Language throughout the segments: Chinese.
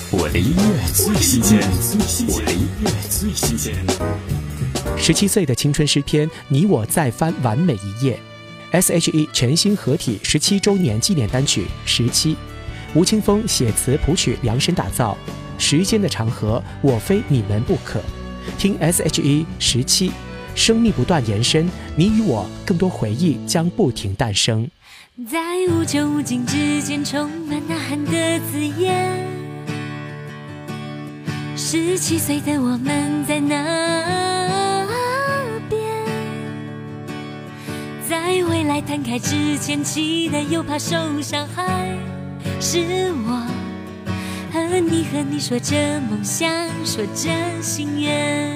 我的音乐最新鲜，我的音乐最新鲜。 17岁的青春诗篇，你我再翻完美一页。S.H.E 全新合体17周年纪念单曲《17》，吴青峰写词谱曲量身打造。时间的长河，我非你们不可。听 S.H.E 17，生命不断延伸，你与我更多回忆将不停诞生。 在无穷无尽之间，充满呐喊的字眼。17岁的我们在那边，在未来摊开之前，期待又怕受伤害。是我和你说着梦想，说着心愿。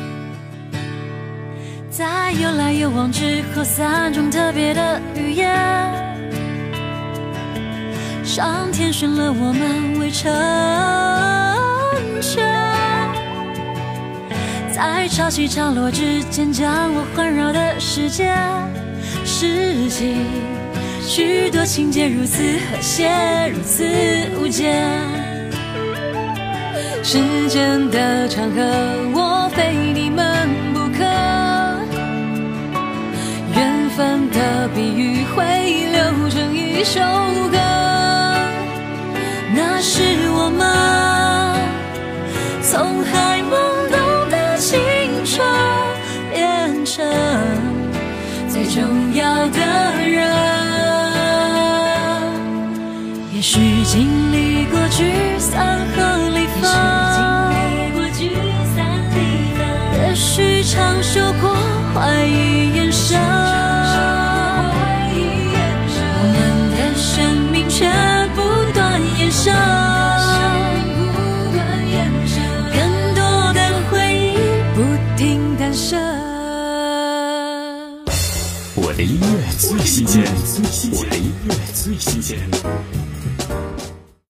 在有来有往之后，3种特别的语言，上天选了我们为成全，在潮起潮落之间，将我环绕的世界，拾起许多情节，如此和谐，如此无间。时间的长河，我非你们不可。缘分的比喻会流成一首歌，那是我们从还懵懂的青春变成最重要的人。也许经历过聚散和离分，也许尝受过怀疑眼神，我们的生命却不断延伸，更多的回忆不停诞生。 我的音乐最新鲜，我的音乐最新鲜。